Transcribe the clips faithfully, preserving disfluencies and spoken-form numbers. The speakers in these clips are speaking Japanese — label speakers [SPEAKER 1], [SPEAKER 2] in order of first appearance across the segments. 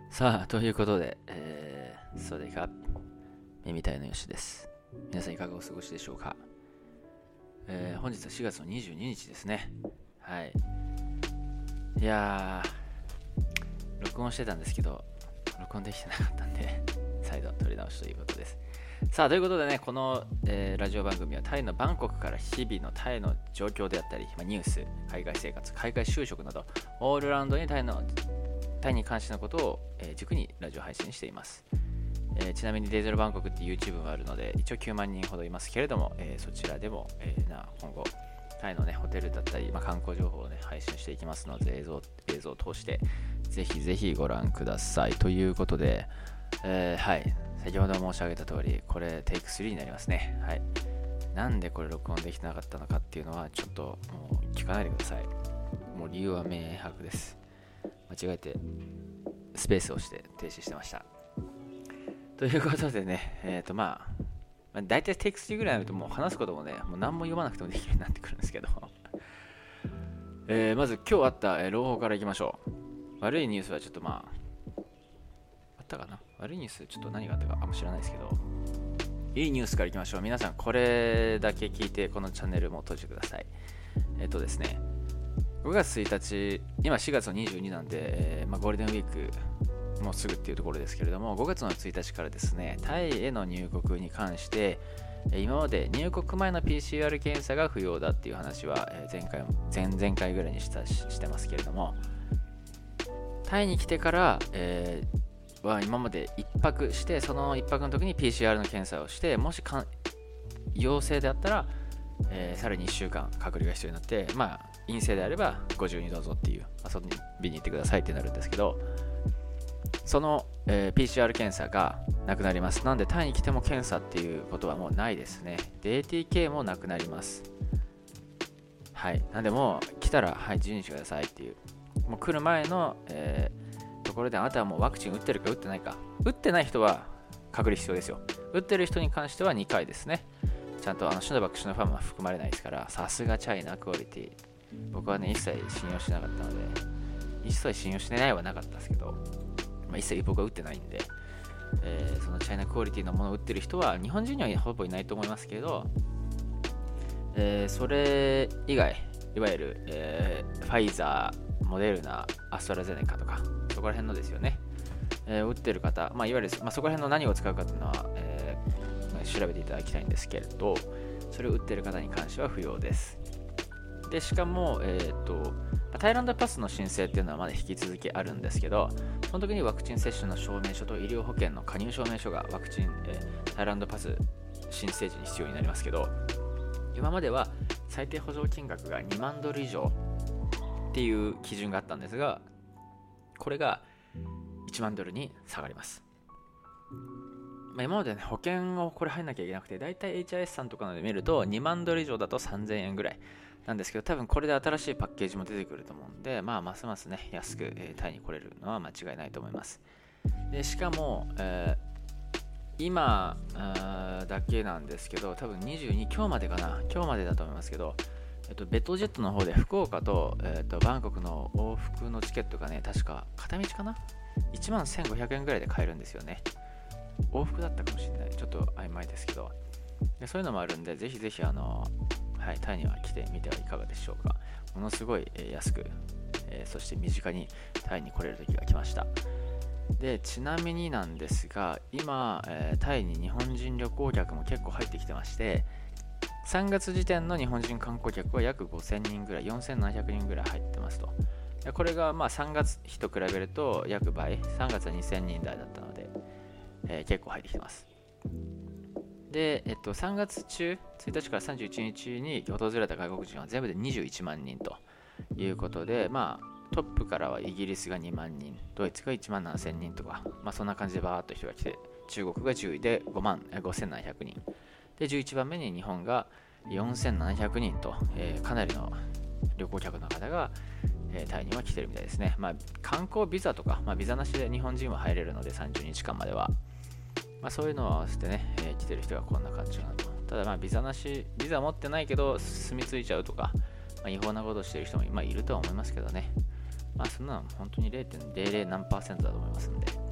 [SPEAKER 1] さあ、ということで、えー、それが耳たいのよしです。皆さんいかがお過ごしでしょうか。えー、本日はしがつのにじゅうににちですね。はい。いやー、録音してたんですけど、録音できてなかったんで、再度撮り直しということです。さあ、ということでね、この、えー、ラジオ番組はタイのバンコクから日々のタイの状況であったり、まあ、ニュース、海外生活、海外就職など、オールラウンドにタイのタイに関してのことを、えー、軸にラジオ配信しています。えー、ちなみにデイゼロバンコクって YouTube もあるので、一応きゅうまんにんほどいますけれども、えー、そちらでも、えー、な今後タイの、ね、ホテルだったり、まあ、観光情報を、ね、配信していきますので、映像、映像を通してぜひぜひご覧ください。ということで、えー、はい先ほど申し上げた通り、これテイクスリーになりますね。はい。なんでこれ録音できなかったのかっていうのはちょっともう聞かないでください。もう理由は明白です。間違えてスペースをして停止してました。ということでね、えっ、ー、とまあ、まあ、大体テイクスリーぐらいになるともう話すこともね、もう何も読まなくてもできるようになってくるんですけど、えー、まず今日あった、えー、朗報からいきましょう。悪いニュースはちょっとまあ、あったかな悪いニュースちょっと何があったかあんま知らないですけど、いいニュースからいきましょう。皆さんこれだけ聞いてこのチャンネルも閉じてください。えっ、ー、とですね、ごがつついたち、今しがつのにじゅうになんで、えーまあ、ゴールデンウィークもうすぐっていうところですけれども、ごがつのついたちからですね、タイへの入国に関して、今まで入国前の ピーシーアール 検査が不要だっていう話は前回、前々回ぐらいにしたしてますけれども、タイに来てから、えー、は今までいっぱくして、そのいっぱくの時に ピーシーアール の検査をして、もしかん陽性であったら、えー、さらにいっしゅうかん隔離が必要になって、まあ陰性であればご自由にどうぞっていう遊びに行ってくださいってなるんですけど、その、えー、ピーシーアール 検査がなくなります。なんでタイに来ても検査っていうことはもうないですね。で エーティーケー もなくなります。はい。なんでもう来たらはい自由にしてくださいっていう、もう来る前の、えー、ところで、あなたはもうワクチン打ってるか打ってないか、打ってない人は隔離必要ですよ。打ってる人に関してはにかいですね。ちゃんとあのシノバックシノファームは含まれないですから、さすがチャイナクオリティ、僕はね一切信用しなかったので、一切信用してないはなかったですけど、まあ、一切僕は打ってないんで、えー、そのチャイナクオリティのものを打ってる人は日本人にはほぼいないと思いますけど、えー、それ以外、いわゆる、えー、ファイザー、モデルナ、アストラゼネカとかそこら辺のですよね、えー、打ってる方、まあ、いわゆる、まあ、そこら辺の何を使うかというのは、えー、調べていただきたいんですけれど、それを打ってる方に関しては不要です。でしかも、えーと、タイランドパスの申請っていうのはまだ引き続きあるんですけど、その時にワクチン接種の証明書と医療保険の加入証明書がワクチン、えー、タイランドパス申請時に必要になりますけど、今までは最低保証金額がにまんドル以上っていう基準があったんですが、これがいちまんドルに下がります。まあ、今までね、保険をこれ入んなきゃいけなくて、だいたい エイチアイエス さんとかので見るとにまんドル以上だとさんぜんえんぐらいなんですけど、多分これで新しいパッケージも出てくると思うんで、まあますますね安く、えー、タイに来れるのは間違いないと思います。でしかも、えー、今だけなんですけど、多分にじゅうに、今日までかな今日までだと思いますけど、えっと、ベッドジェットの方で福岡と、えっと、バンコクの往復のチケットがね、確か片道かないちまんせんごひゃくえんぐらいで買えるんですよね。往復だったかもしれない、ちょっと曖昧ですけど、でそういうのもあるんで、ぜひぜひあのはい、タイには来てみてはいかがでしょうか。ものすごい、えー、安く、えー、そして身近にタイに来れる時が来ました。でちなみになんですが、今、えー、タイに日本人旅行客も結構入ってきてまして、さんがつ時点の日本人観光客は約ごせんにんぐらい、よんせんななひゃくにんぐらい入ってますと。でこれがまあさんがつ比と比べると約倍、さんがつはにせんにん台だったので、えー、結構入ってきてます。で、えっと、さんがつ中、ついたちからさんじゅういちにちに訪れた外国人は全部でにじゅういちまんにんということで、まあ、トップからはイギリスがにまんにん、ドイツがいちまんななせんにんとか、まあ、そんな感じでバーっと人が来て、中国がじゅういでごせんななひゃくにん、で、じゅういちばんめに日本がよんせんななひゃくにんと、えー、かなりの旅行客の方が、えー、タイには来てるみたいですね。まあ、観光ビザとか、まあ、ビザなしで日本人は入れるので、さんじゅうにちかんまでは。まあ、そういうのを合わせてね、えー、来てる人がこんな感じかなと。ただまあビザなし、ビザ持ってないけど住み着いちゃうとか、まあ、違法なことをしてる人も、まあ、いるとは思いますけどね。まあそんなの本当に ゼロてんゼロゼロ 何パーセントだと思いますんで。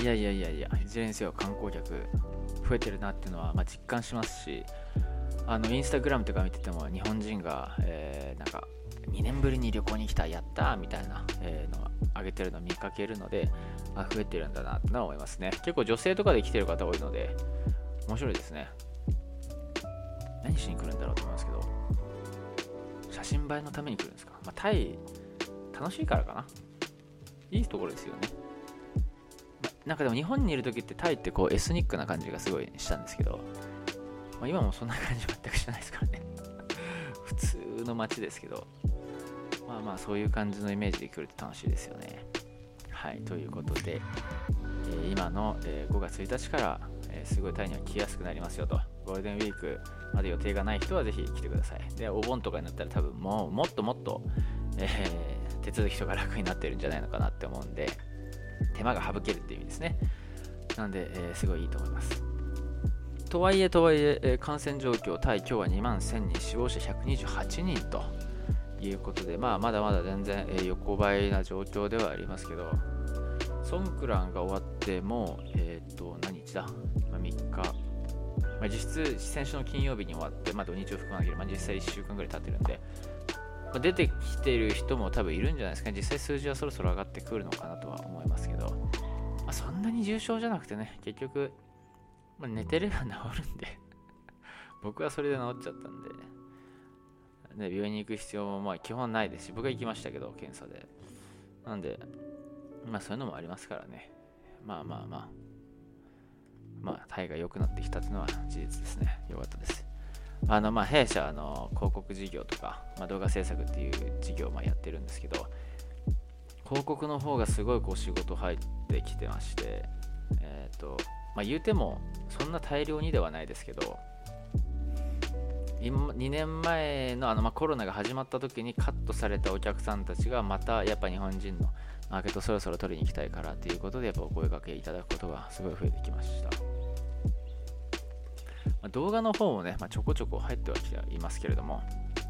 [SPEAKER 1] いやいやいやいや、いずれにせよ観光客増えてるなっていうのは、まあ、実感しますし、あのインスタグラムとか見てても日本人が、えー、なんかにねんぶりに旅行に来た、やったーみたいな、えー、のを上げてるのを見かけるので、あ、増えてるんだなってのは思いますね。結構女性とかで来てる方多いので面白いですね。何しに来るんだろうと思いますけど、写真映えのために来るんですか。まあ、タイ楽しいからかな。いいところですよね。まあ、なんかでも日本にいる時ってタイってこうエスニックな感じがすごいしたんですけど、まあ、今もそんな感じ全くしてないですからね普通の街ですけど、まあまあそういう感じのイメージで来ると楽しいですよね。はい、ということで、えー、今の、えー、ごがつついたちから、えー、すごいタイには来やすくなりますよと。ゴールデンウィークまで予定がない人はぜひ来てください。で、お盆とかになったら多分もうもっともっと、えー、手続きとか楽になってるんじゃないのかなって思うんで、手間が省けるっていう意味ですね。なんで、えー、すごいいいと思います。とはいえとはいえ、えー、感染状況、タイ今日はにまんせんにん、死亡者ひゃくにじゅうはちにんということで、まあ、まだまだ全然、えー、横ばいな状況ではありますけど、ソンクランが終わってもう、えっ、ー、と、何日だ、まあ、みっか、まあ、実質先週の金曜日に終わって、まあ、土日を含まなければ、まあ、実際いっしゅうかんぐらい経ってるんで、まあ、出てきてる人も多分いるんじゃないですかね。実際数字はそろそろ上がってくるのかなとは思いますけど、まあ、そんなに重症じゃなくてね、結局、まあ、寝てれば治るんで僕はそれで治っちゃったんで、ね、病院に行く必要もまあ基本ないですし、僕は行きましたけど、検査で。なんで、まあそういうのもありますからね。まあまあまあ、まあ、タイが良くなってきたというのは事実ですね。よかったです。あの、まあ、弊社の広告事業とか、まあ、動画制作っていう事業をまあやってるんですけど、広告の方がすごいこう仕事入ってきてまして、えっと、まあ、言うてもそんな大量にではないですけど、にねんまえの、あのまあコロナが始まった時にカットされたお客さんたちがまたやっぱ日本人のマーケットそろそろ取りに行きたいからということでやっぱお声掛けいただくことがすごい増えてきました。まあ、動画の方もね、まあ、ちょこちょこ入ってはきていますけれども、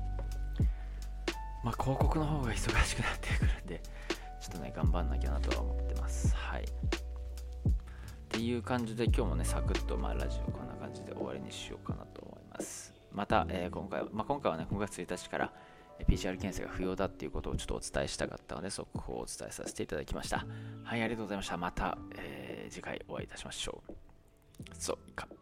[SPEAKER 1] まあ、広告の方が忙しくなってくるんでちょっとね頑張んなきゃなとは思ってます。はい。っていう感じで今日もねサクッとまあラジオこんな感じで終わりにしようかなと思います。また、えー、今回は、まあ、今回はねごがつついたちから ピーシーアール 検査が不要だっていうことをちょっとお伝えしたかったので速報をお伝えさせていただきました。はい、ありがとうございました。また、えー、次回お会いいたしましょう。そうか。